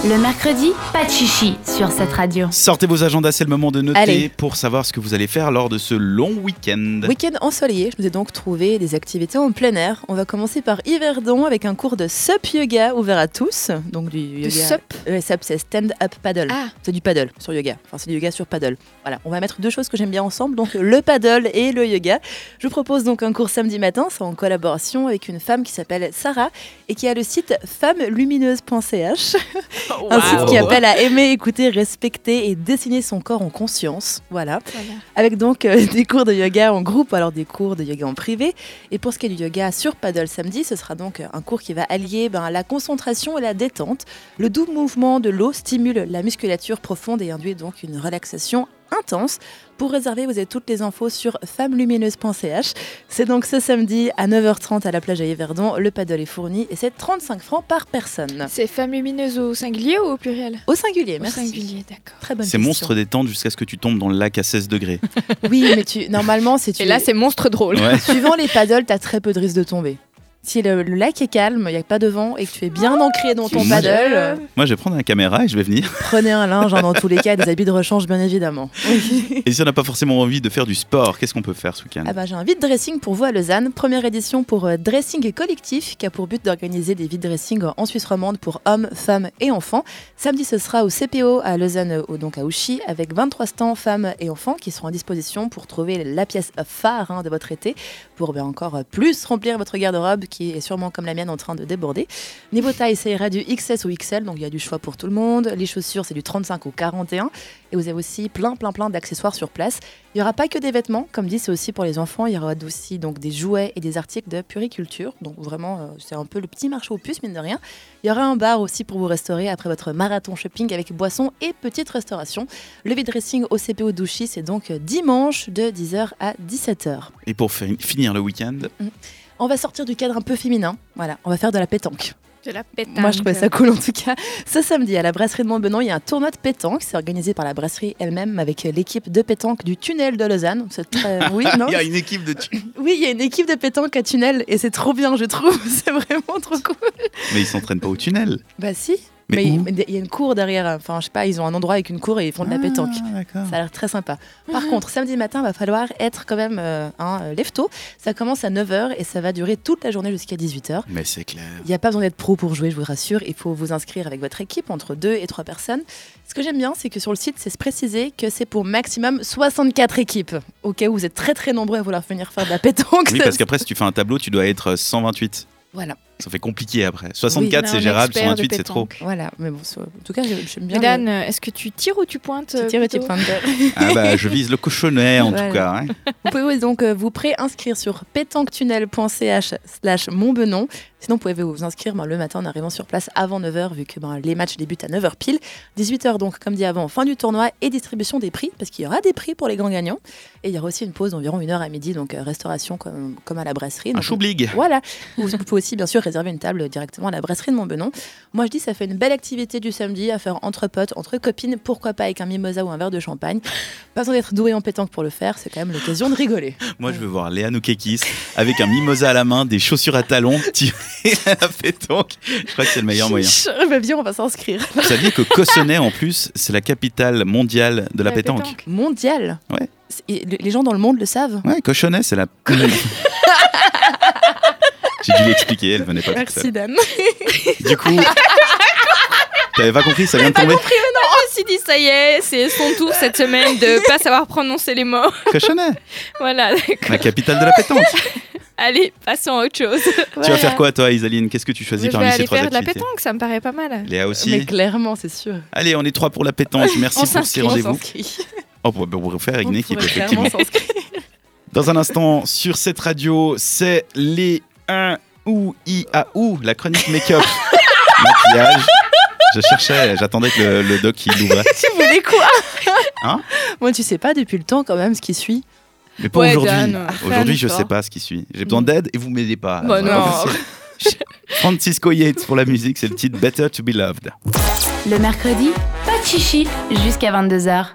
Le mercredi, pas de chichi sur cette radio. Sortez vos agendas, c'est le moment de noter Allez. pour savoir ce que vous allez faire lors de ce long week-end. Week-end ensoleillé, je nous ai donc trouvé des activités en plein air. On va commencer par Yverdon avec un cours de SUP yoga ouvert à tous. Donc du yoga. SUP SUP, c'est stand-up paddle. Ah. C'est du paddle sur yoga. Enfin, c'est du yoga sur paddle. Voilà, on va mettre deux choses que j'aime bien ensemble, donc le paddle et le yoga. Je vous propose donc un cours samedi matin, c'est en collaboration avec une femme qui s'appelle Sarah et qui a le site femmelumineuse.ch. Un site qui appelle à aimer, écouter, respecter et dessiner son corps en conscience. Voilà. Avec donc des cours de yoga en groupe, alors des cours de yoga en privé. Et pour ce qui est du yoga sur paddle samedi, ce sera donc un cours qui va allier la concentration et la détente. Le doux mouvement de l'eau stimule la musculature profonde et induit donc une relaxation intense. Pour réserver, vous avez toutes les infos sur femmelumineuse.ch. C'est donc ce samedi à 9h30 à la plage à Yverdon. Le paddle est fourni et c'est 35 francs par personne. C'est femme lumineuse au singulier ou au pluriel? Au singulier, Au merci. singulier, d'accord. Très bonne C'est question. monstre détente jusqu'à ce que tu tombes dans le lac à 16 degrés. Oui, mais normalement, si tu Et là, c'est monstre drôle. Ouais. suivant les paddles, t'as très peu de risque de tomber. Si le lac est calme, il n'y a pas de vent et que tu es bien ancré dans ton Moi, paddle, Moi, je vais prendre la caméra et je vais venir. prenez un linge dans tous les cas, des habits de rechange bien évidemment. Et si on n'a pas forcément envie de faire du sport, qu'est-ce qu'on peut faire ce week-end? J'ai un vide dressing pour vous à Lausanne. Première édition pour Dressing Collectif qui a pour but d'organiser des vide dressing en Suisse romande pour hommes, femmes et enfants. Samedi, ce sera au CPO à Lausanne, donc à Ouchy, avec 23 stands femmes et enfants qui seront à disposition pour trouver la pièce phare de votre été pour encore plus remplir votre garde-robe qui est sûrement comme la mienne en train de déborder. Niveau taille, ça ira du XS au XL, donc il y a du choix pour tout le monde. Les chaussures, c'est du 35 au 41. Et vous avez aussi plein d'accessoires sur place. Il n'y aura pas que des vêtements, comme dit, c'est aussi pour les enfants. Il y aura aussi donc, des jouets et des articles de puriculture. Donc vraiment, c'est un peu le petit marché aux puces, mine de rien. Il y aura un bar aussi pour vous restaurer après votre marathon shopping avec boissons et petite restauration. Le vide dressing au CPO d'Ouchy, c'est donc dimanche de 10h à 17h. Et pour finir le week-end, On va sortir du cadre un peu féminin. Voilà, on va faire de la pétanque. De la pétanque. Moi, je trouvais ça cool en tout cas. Ce samedi, à la brasserie de Montbenon, il y a un tournoi de pétanque. C'est organisé par la brasserie elle-même avec l'équipe de pétanque du Tunnel de Lausanne. C'est très... Oui, non il y a une équipe de Oui, il y a une équipe de pétanque à Tunnel et c'est trop bien, je trouve. C'est vraiment trop cool. Mais ils s'entraînent pas au tunnel. Bah si. Mais Mais où il y a une cour derrière. Enfin, je sais pas, ils ont un endroit avec une cour et ils font de la pétanque. Ah, d'accord. Ça a l'air très sympa. Par contre, samedi matin, il va falloir être quand même lève-tôt. Ça commence à 9h et ça va durer toute la journée jusqu'à 18h. Mais c'est clair. Il n'y a pas besoin d'être pro pour jouer, je vous rassure. Il faut vous inscrire avec votre équipe, entre 2 et 3 personnes. Ce que j'aime bien, c'est que sur le site, c'est précisé que c'est pour maximum 64 équipes. Au cas où vous êtes très nombreux à vouloir venir faire de la pétanque. Oui, parce qu'après, si tu fais un tableau, tu dois être 128. Voilà, Ça fait compliqué après. 64, Oui, c'est un gérable, expert de 128, c'est trop. pétanque. voilà. Mais bon, en tout cas, j'aime bien. Médane, est-ce que tu tires ou tu pointes Tu tires et tu plutôt pointes. Ah bah, je vise le cochonnet en Voilà. tout cas. Hein. Vous pouvez donc vous préinscrire sur pétanquetunnel.ch/Montbenon. Sinon, vous pouvez vous inscrire le matin en arrivant sur place avant 9h, vu que les matchs débutent à 9h pile. 18h, donc, comme dit avant, fin du tournoi et distribution des prix, parce qu'il y aura des prix pour les grands gagnants. Et il y aura aussi une pause d'environ 1h à midi, donc restauration comme à la brasserie. Un Donc, choublig. Voilà. Vous pouvez aussi, bien sûr, réserver une table directement à la brasserie de Montbenon. Moi, je dis, ça fait une belle activité du samedi à faire entre potes, entre copines, pourquoi pas avec un mimosa ou un verre de champagne. Pas besoin d'être doué en pétanque pour le faire, c'est quand même l'occasion de rigoler. Moi, je veux voir Léa Noukekis avec un mimosa à la main, des chaussures à talons, tirées à la pétanque. Je crois que c'est le meilleur moyen. Bah bien, on va s'inscrire. Vous saviez que Cossonay, en plus, c'est la capitale mondiale de la pétanque. Mondial. Ouais. Les gens dans le monde le savent. Ouais, Cochonnet, c'est la... J'ai dû l'expliquer, elle venait pas toute Merci seule. Dan. Du coup, t'avais pas compris, ça vient de tomber. Je me suis dit, ça y est, c'est son tour cette semaine de pas savoir prononcer les mots. Cochonnet, Voilà, d'accord. la capitale de la pétanque. Allez, passons à autre chose. Tu vas faire quoi, toi, Isaline? Qu'est-ce que tu choisis Je vais parmi ces aller trois faire de la activités? pétanque, ça me paraît pas mal. Léa aussi. Mais clairement, c'est sûr. Allez, on est 3 pour la pétanque. Merci pour ces rendez-vous. s'inscrit. Oh, on pourrait faire avec une On équipe, pourrait effectivement. clairement s'inscrire. Dans un instant, sur cette radio, c'est les 1 ou I A ou, la chronique make-up. Maquillage. Je cherchais, j'attendais que le doc il l'ouvre. Tu voulais quoi? Hein? Moi, tu sais pas depuis le temps quand même ce qui suit. Mais pas Ouais, aujourd'hui. Dan, Aujourd'hui, je fais un sais effort. pas ce qui suit. J'ai besoin d'aide et vous m'aidez pas. Bah C'est pas non. possible. Francisco Yates pour la musique, c'est le titre Better to be Loved. Le mercredi, pas de chichi jusqu'à 22h.